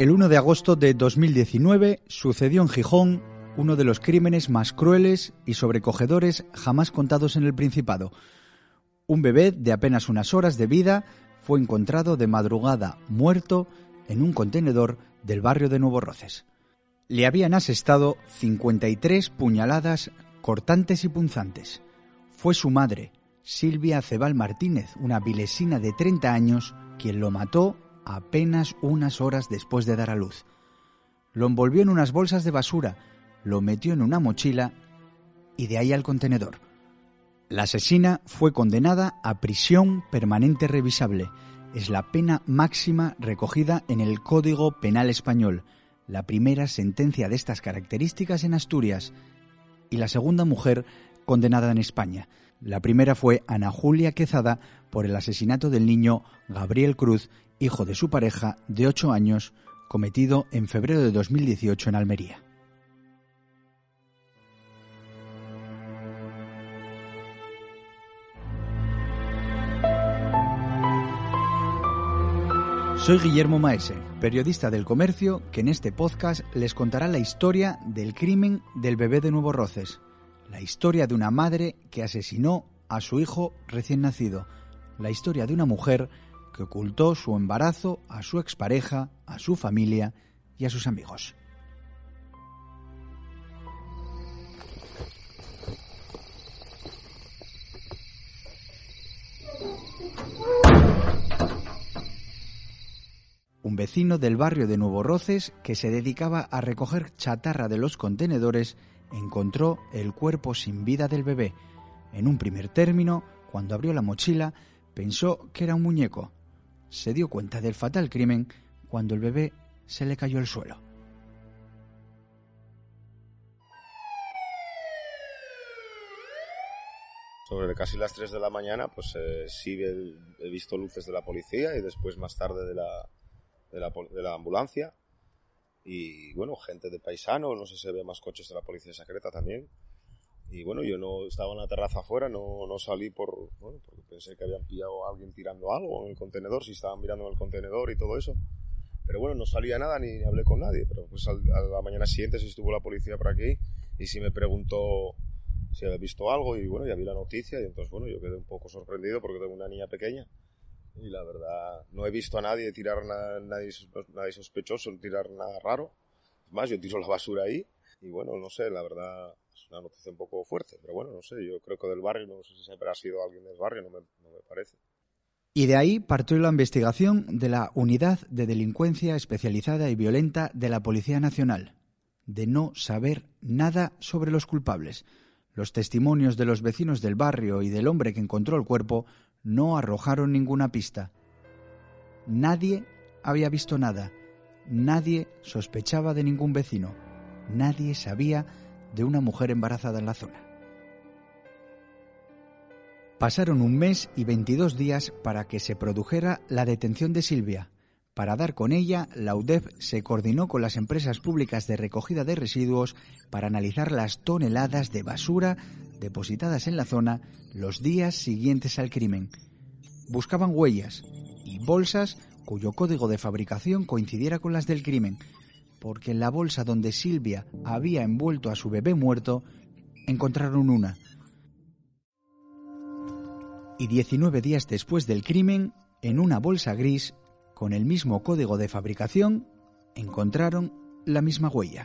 El 1 de agosto de 2019 sucedió en Gijón uno de los crímenes más crueles y sobrecogedores jamás contados en el Principado. Un bebé de apenas unas horas de vida fue encontrado de madrugada muerto en un contenedor del barrio de Nuevo Roces. Le habían asestado 53 puñaladas cortantes y punzantes. Fue su madre, Silvia Acebal Martínez, una vilesina de 30 años, quien lo mató apenas unas horas después de dar a luz. Lo envolvió en unas bolsas de basura, lo metió en una mochila y de ahí al contenedor. La asesina fue condenada a prisión permanente revisable. Es la pena máxima recogida en el Código Penal español, la primera sentencia de estas características en Asturias y la segunda mujer condenada en España. La primera fue Ana Julia Quezada por el asesinato del niño Gabriel Cruz, hijo de su pareja de 8 años, cometido en febrero de 2018 en Almería. Soy Guillermo Maese, periodista del Comercio, que en este podcast les contará la historia del crimen del bebé de Nuevo Roces, la historia de una madre que asesinó a su hijo recién nacido, la historia de una mujer que ocultó su embarazo a su expareja, a su familia y a sus amigos. Un vecino del barrio de Nuevo Roces, que se dedicaba a recoger chatarra de los contenedores, encontró el cuerpo sin vida del bebé. En un primer término, cuando abrió la mochila, pensó que era un muñeco. Se dio cuenta del fatal crimen cuando el bebé se le cayó al suelo. Sobre casi las 3 de la mañana, pues sí he visto luces de la policía y después más tarde de la ambulancia. Y bueno, gente de paisanos, no sé si había más coches de la policía secreta también. Y bueno, yo no estaba en la terraza afuera, no salí porque pensé que habían pillado a alguien tirando algo en el contenedor, si estaban mirando en el contenedor y todo eso. Pero bueno, no salía nada ni hablé con nadie. Pero pues a la mañana siguiente sí estuvo la policía por aquí y sí me preguntó si había visto algo y bueno, ya vi la noticia y entonces bueno, yo quedé un poco sorprendido porque tengo una niña pequeña y la verdad no he visto a nadie tirar nadie sospechoso, tirar nada raro. Es más, yo tiro la basura ahí y bueno, no sé, la verdad es una noticia un poco fuerte, pero bueno, no sé, yo creo que del barrio, no sé si siempre ha sido alguien del barrio, no me parece. Y de ahí partió la investigación de la Unidad de Delincuencia Especializada y Violenta de la Policía Nacional, de no saber nada sobre los culpables. Los testimonios de los vecinos del barrio y del hombre que encontró el cuerpo no arrojaron ninguna pista. Nadie había visto nada, nadie sospechaba de ningún vecino, nadie sabía de una mujer embarazada en la zona. Pasaron 1 mes y 22 días para que se produjera la detención de Silvia. Para dar con ella, la UDEF se coordinó con las empresas públicas de recogida de residuos para analizar las toneladas de basura depositadas en la zona los días siguientes al crimen. Buscaban huellas y bolsas cuyo código de fabricación coincidiera con las del crimen, porque en la bolsa donde Silvia había envuelto a su bebé muerto, encontraron una. Y 19 días después del crimen, en una bolsa gris, con el mismo código de fabricación, encontraron la misma huella.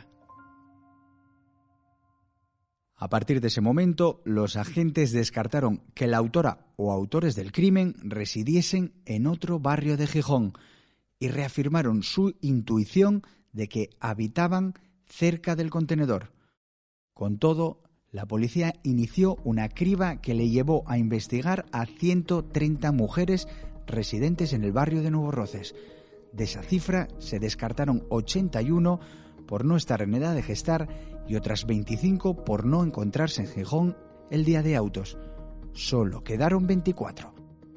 A partir de ese momento, los agentes descartaron que la autora o autores del crimen residiesen en otro barrio de Gijón y reafirmaron su intuición de que habitaban cerca del contenedor. Con todo, la policía inició una criba que le llevó a investigar a 130 mujeres residentes en el barrio de Nuevo Roces. De esa cifra se descartaron 81 por no estar en edad de gestar y otras 25 por no encontrarse en Gijón el día de autos. Solo quedaron 24.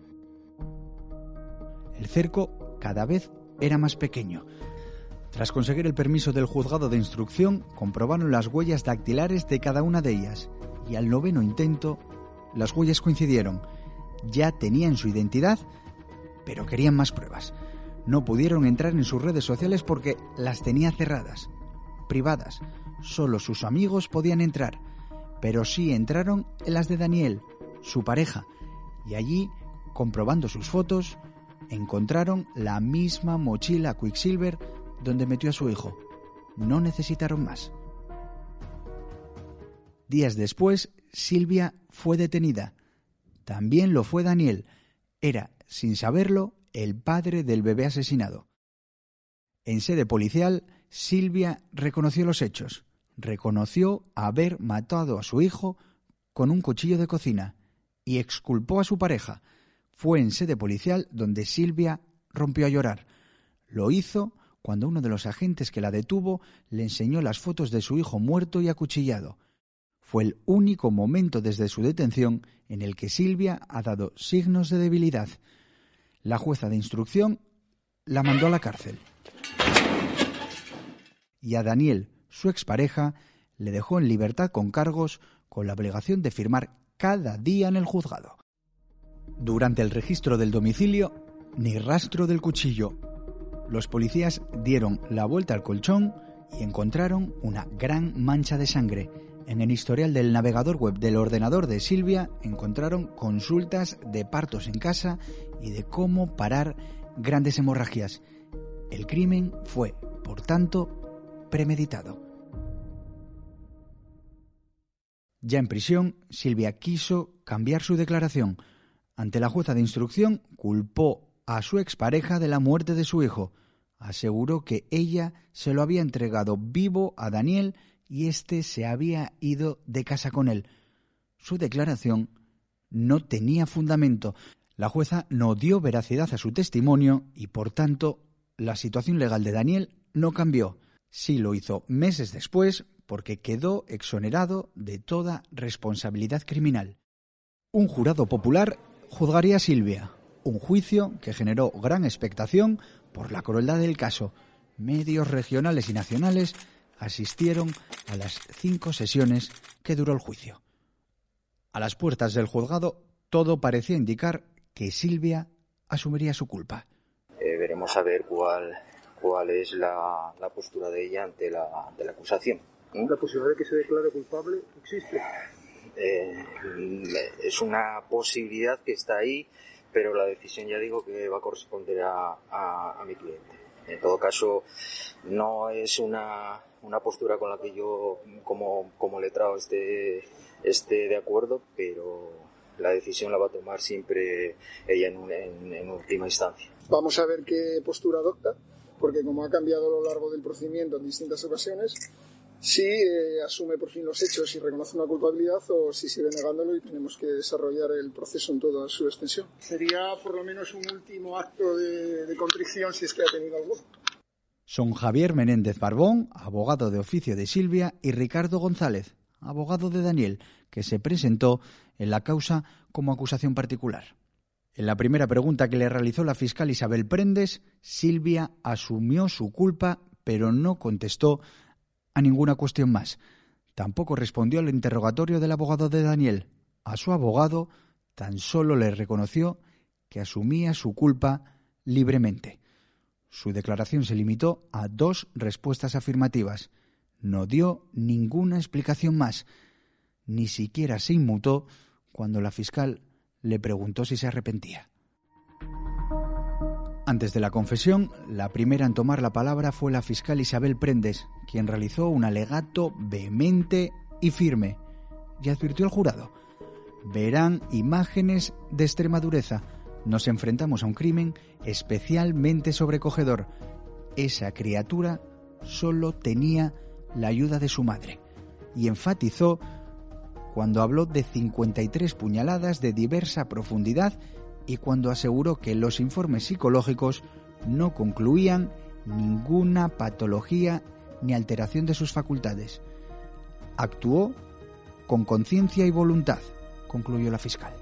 El cerco cada vez era más pequeño. Tras conseguir el permiso del juzgado de instrucción, comprobaron las huellas dactilares de cada una de ellas y al 9º intento las huellas coincidieron. Ya tenían su identidad, pero querían más pruebas. no pudieron entrar en sus redes sociales porque las tenía cerradas, privadas. Solo sus amigos podían entrar, pero sí entraron en las de Daniel, su pareja, y allí, comprobando sus fotos, encontraron la misma mochila Quicksilver donde metió a su hijo. No necesitaron más. Días después, Silvia fue detenida. También lo fue Daniel. Era, sin saberlo, el padre del bebé asesinado. En sede policial, Silvia reconoció los hechos. Reconoció haber matado a su hijo con un cuchillo de cocina y exculpó a su pareja. Fue en sede policial donde Silvia rompió a llorar. Lo hizo cuando uno de los agentes que la detuvo le enseñó las fotos de su hijo muerto y acuchillado. Fue el único momento desde su detención en el que Silvia ha dado signos de debilidad. La jueza de instrucción la mandó a la cárcel. Y a Daniel, su expareja, le dejó en libertad con cargos, con la obligación de firmar cada día en el juzgado. Durante el registro del domicilio, ni rastro del cuchillo. Los policías dieron la vuelta al colchón y encontraron una gran mancha de sangre. En el historial del navegador web del ordenador de Silvia encontraron consultas de partos en casa y de cómo parar grandes hemorragias. El crimen fue, por tanto, premeditado. Ya en prisión, Silvia quiso cambiar su declaración. Ante la jueza de instrucción, culpó a su expareja de la muerte de su hijo. Aseguró que ella se lo había entregado vivo a Daniel y éste se había ido de casa con él. Su declaración no tenía fundamento. La jueza no dio veracidad a su testimonio y, por tanto, la situación legal de Daniel no cambió. Sí lo hizo meses después porque quedó exonerado de toda responsabilidad criminal. Un jurado popular juzgaría a Silvia, un juicio que generó gran expectación por la crueldad del caso. Medios regionales y nacionales asistieron a las 5 sesiones que duró el juicio. A las puertas del juzgado, todo parecía indicar que Silvia asumiría su culpa. Veremos a ver cuál es la postura de ella ante la acusación. ¿La posibilidad de que se declare culpable existe? Es una posibilidad que está ahí, pero la decisión ya digo que va a corresponder a mi cliente. En todo caso, no es una postura con la que yo como letrado esté de acuerdo, pero la decisión la va a tomar siempre ella en última instancia. Vamos a ver qué postura adopta, porque como ha cambiado a lo largo del procedimiento en distintas ocasiones, si asume por fin los hechos y reconoce una culpabilidad o si sigue negándolo y tenemos que desarrollar el proceso en toda su extensión. Sería por lo menos un último acto de contrición si es que ha tenido alguno. Son Javier Menéndez Barbón, abogado de oficio de Silvia, y Ricardo González, abogado de Daniel, que se presentó en la causa como acusación particular. En la primera pregunta que le realizó la fiscal Isabel Prendes, Silvia asumió su culpa, pero no contestó a ninguna cuestión más. Tampoco respondió al interrogatorio del abogado de Daniel. A su abogado tan solo le reconoció que asumía su culpa libremente. Su declaración se limitó a 2 respuestas afirmativas. No dio ninguna explicación más. Ni siquiera se inmutó cuando la fiscal le preguntó si se arrepentía. Antes de la confesión, la primera en tomar la palabra fue la fiscal Isabel Prendes, quien realizó un alegato vehemente y firme, y advirtió al jurado: verán imágenes de extrema dureza. Nos enfrentamos a un crimen especialmente sobrecogedor. Esa criatura solo tenía la ayuda de su madre. Y enfatizó cuando habló de 53 puñaladas de diversa profundidad y cuando aseguró que los informes psicológicos no concluían ninguna patología ni alteración de sus facultades. Actuó con conciencia y voluntad, concluyó la fiscal.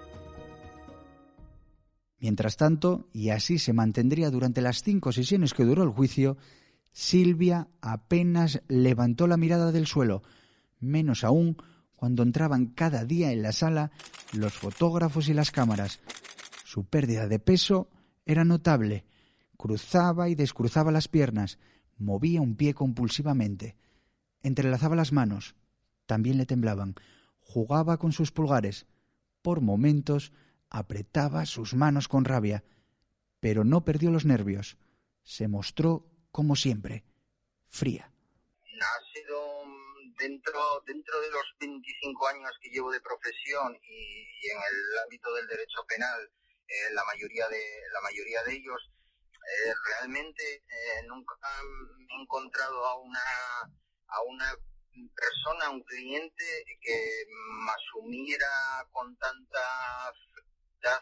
Mientras tanto, y así se mantendría durante las 5 sesiones que duró el juicio, Silvia apenas levantó la mirada del suelo, menos aún cuando entraban cada día en la sala los fotógrafos y las cámaras. Su pérdida de peso era notable. Cruzaba y descruzaba las piernas, movía un pie compulsivamente, entrelazaba las manos, también le temblaban, jugaba con sus pulgares, por momentos apretaba sus manos con rabia, pero no perdió los nervios. Se mostró, como siempre, fría. Ha sido dentro de los 25 años que llevo de profesión y en el ámbito del derecho penal, la mayoría de ellos, realmente nunca me he encontrado a una persona, un cliente que me asumiera con tanta frialdad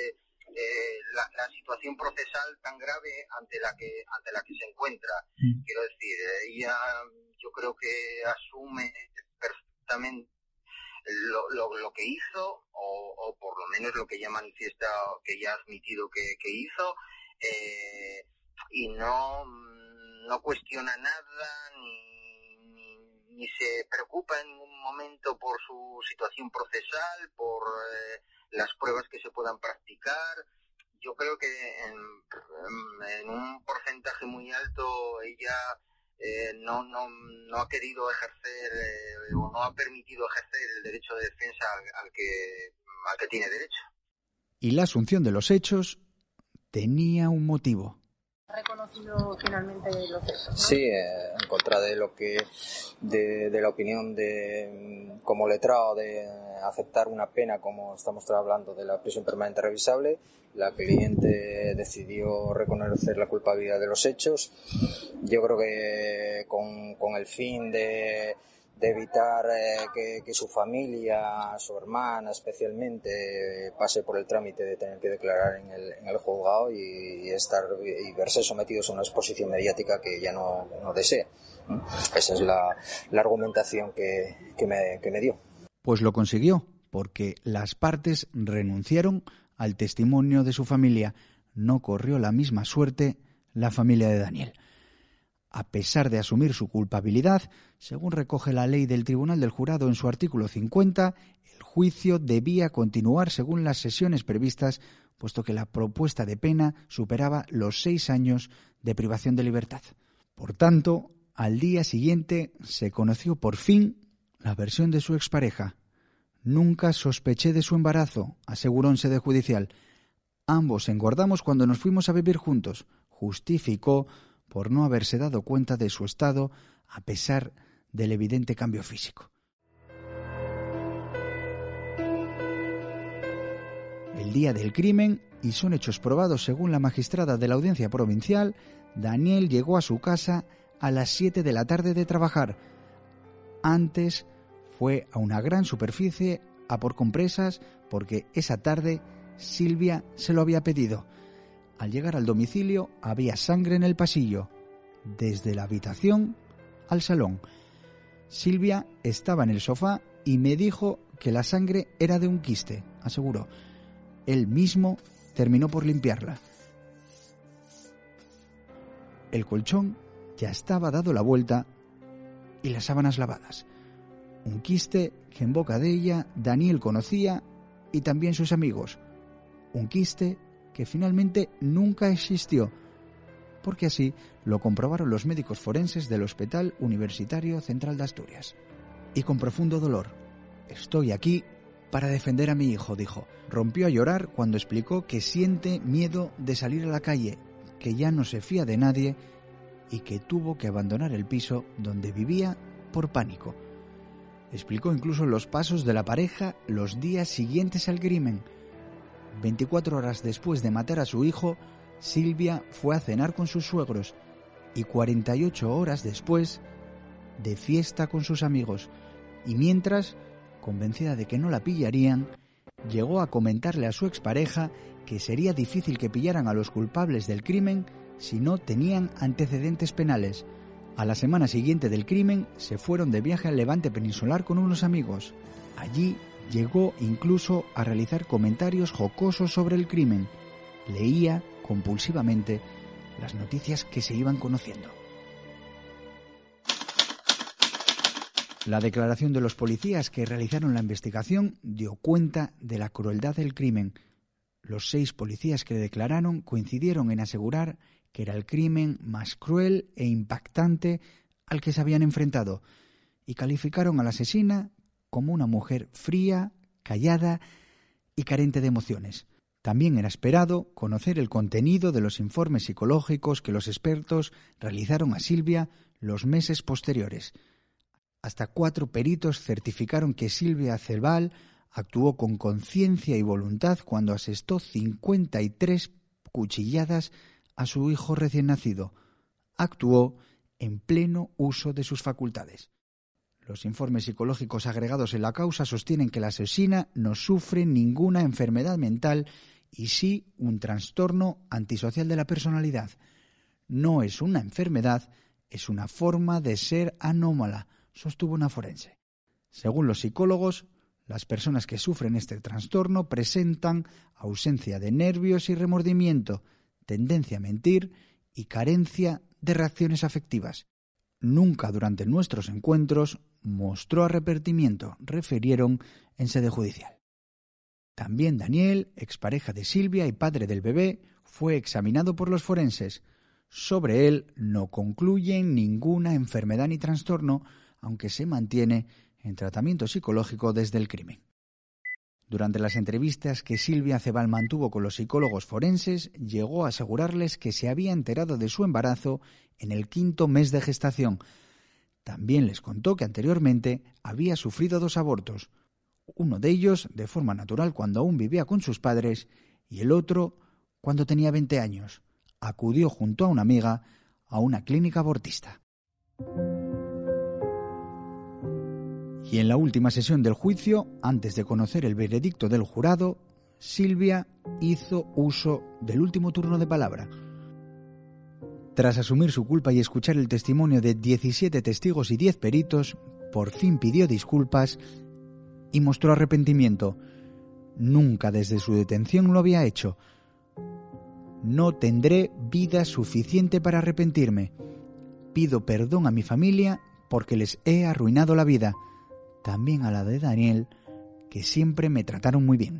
la situación procesal tan grave ante la que se encuentra. Quiero decir, ella yo creo que asume perfectamente lo que hizo, o por lo menos lo que ella manifiesta, que ella ha admitido que hizo, y no cuestiona nada ni se preocupa en ningún momento por su situación procesal, por las pruebas que se puedan practicar. Yo creo que en un porcentaje muy alto ella no ha querido ejercer o no ha permitido ejercer el derecho de defensa al que tiene derecho. Y la asunción de los hechos tenía un motivo. ¿Ha reconocido finalmente los hechos, ¿no? Sí, en contra de de la opinión de como letrado de aceptar una pena, como estamos hablando de la prisión permanente revisable. La cliente decidió reconocer la culpabilidad de los hechos. Yo creo que con el fin de evitar que su familia, su hermana especialmente, pase por el trámite de tener que declarar en el juzgado y verse sometidos a una exposición mediática que ya no desea. Esa es la argumentación que me dio. Pues lo consiguió, porque las partes renunciaron al testimonio de su familia. No corrió la misma suerte la familia de Daniel. A pesar de asumir su culpabilidad, según recoge la ley del Tribunal del Jurado en su artículo 50, el juicio debía continuar según las sesiones previstas, puesto que la propuesta de pena superaba los 6 años de privación de libertad. Por tanto, al día siguiente se conoció por fin la versión de su expareja. Nunca sospeché de su embarazo, aseguró en sede judicial. Ambos engordamos cuando nos fuimos a vivir juntos, justificó por no haberse dado cuenta de su estado a pesar del evidente cambio físico. El día del crimen, y son hechos probados según la magistrada de la Audiencia Provincial, Daniel llegó a su casa a las 7 de la tarde de trabajar. Antes fue a una gran superficie a por compresas porque esa tarde Silvia se lo había pedido. Al llegar al domicilio había sangre en el pasillo, desde la habitación al salón. Silvia estaba en el sofá y me dijo que la sangre era de un quiste, aseguró. Él mismo terminó por limpiarla. El colchón ya estaba dado la vuelta y las sábanas lavadas. Un quiste que en boca de ella Daniel conocía y también sus amigos. Un quiste que finalmente nunca existió, porque así lo comprobaron los médicos forenses del Hospital Universitario Central de Asturias. Y con profundo dolor, estoy aquí para defender a mi hijo, dijo. Rompió a llorar cuando explicó que siente miedo de salir a la calle, que ya no se fía de nadie y que tuvo que abandonar el piso donde vivía por pánico. Explicó incluso los pasos de la pareja los días siguientes al crimen. 24 horas después de matar a su hijo, Silvia fue a cenar con sus suegros y 48 horas después, de fiesta con sus amigos. Y mientras, convencida de que no la pillarían, llegó a comentarle a su expareja que sería difícil que pillaran a los culpables del crimen si no tenían antecedentes penales. A la semana siguiente del crimen se fueron de viaje al Levante peninsular con unos amigos. Allí llegó incluso a realizar comentarios jocosos sobre el crimen. Leía compulsivamente las noticias que se iban conociendo. La declaración de los policías que realizaron la investigación dio cuenta de la crueldad del crimen. Los 6 policías que declararon coincidieron en asegurar que era el crimen más cruel e impactante al que se habían enfrentado, y calificaron a la asesina como una mujer fría, callada y carente de emociones. También era esperado conocer el contenido de los informes psicológicos que los expertos realizaron a Silvia los meses posteriores. Hasta 4 peritos certificaron que Silvia Cebal actuó con conciencia y voluntad cuando asestó 53 cuchilladas a su hijo recién nacido. Actuó en pleno uso de sus facultades. Los informes psicológicos agregados en la causa sostienen que la asesina no sufre ninguna enfermedad mental y sí un trastorno antisocial de la personalidad. No es una enfermedad, es una forma de ser anómala, sostuvo una forense. Según los psicólogos, las personas que sufren este trastorno presentan ausencia de nervios y remordimiento, tendencia a mentir y carencia de reacciones afectivas. Nunca durante nuestros encuentros mostró arrepentimiento, refirieron en sede judicial. También Daniel, expareja de Silvia y padre del bebé, fue examinado por los forenses. Sobre él no concluyen ninguna enfermedad ni trastorno, aunque se mantiene en tratamiento psicológico desde el crimen. Durante las entrevistas que Silvia Cebal mantuvo con los psicólogos forenses, llegó a asegurarles que se había enterado de su embarazo en el 5º mes de gestación. También les contó que anteriormente había sufrido 2 abortos, uno de ellos de forma natural cuando aún vivía con sus padres y el otro cuando tenía 20 años. Acudió junto a una amiga a una clínica abortista. Y en la última sesión del juicio, antes de conocer el veredicto del jurado, Silvia hizo uso del último turno de palabra. Tras asumir su culpa y escuchar el testimonio de 17 testigos y 10 peritos, por fin pidió disculpas y mostró arrepentimiento. Nunca desde su detención lo había hecho. No tendré vida suficiente para arrepentirme. Pido perdón a mi familia porque les he arruinado la vida. También a la de Daniel, que siempre me trataron muy bien.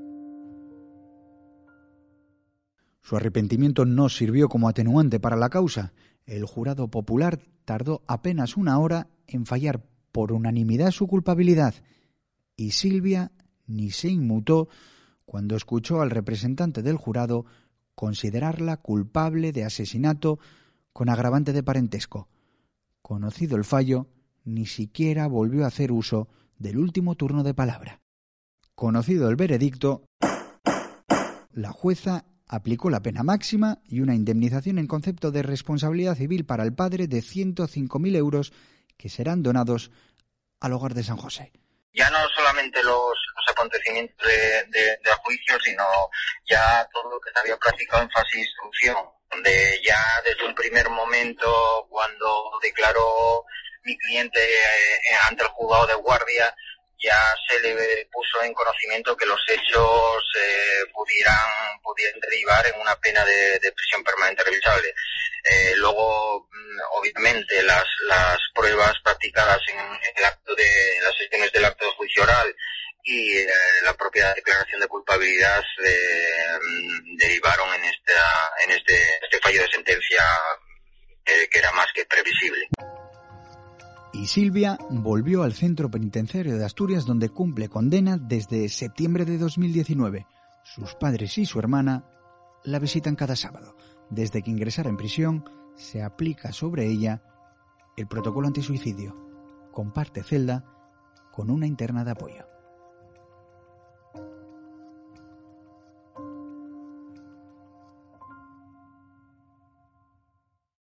Su arrepentimiento no sirvió como atenuante para la causa. El jurado popular tardó apenas 1 hora en fallar por unanimidad su culpabilidad, y Silvia ni se inmutó cuando escuchó al representante del jurado considerarla culpable de asesinato con agravante de parentesco. Conocido el fallo, ni siquiera volvió a hacer uso del último turno de palabra. Conocido el veredicto, la jueza aplicó la pena máxima y una indemnización en concepto de responsabilidad civil para el padre de 105.000 euros que serán donados al hogar de San José. Ya no solamente los acontecimientos de juicio, sino ya todo lo que se había practicado en fase de instrucción, donde ya desde un primer momento, cuando declaró mi cliente ante el juzgado de guardia, ya se le puso en conocimiento que los hechos pudieran derivar en una pena de prisión permanente revisable. Luego, obviamente, las pruebas practicadas en el acto en las sesiones del acto de juicio oral y la propia declaración de culpabilidad derivaron en este fallo de sentencia que era más que previsible. Y Silvia volvió al centro penitenciario de Asturias, donde cumple condena desde septiembre de 2019. Sus padres y su hermana la visitan cada sábado. Desde que ingresara en prisión, se aplica sobre ella el protocolo antisuicidio. Comparte celda con una interna de apoyo.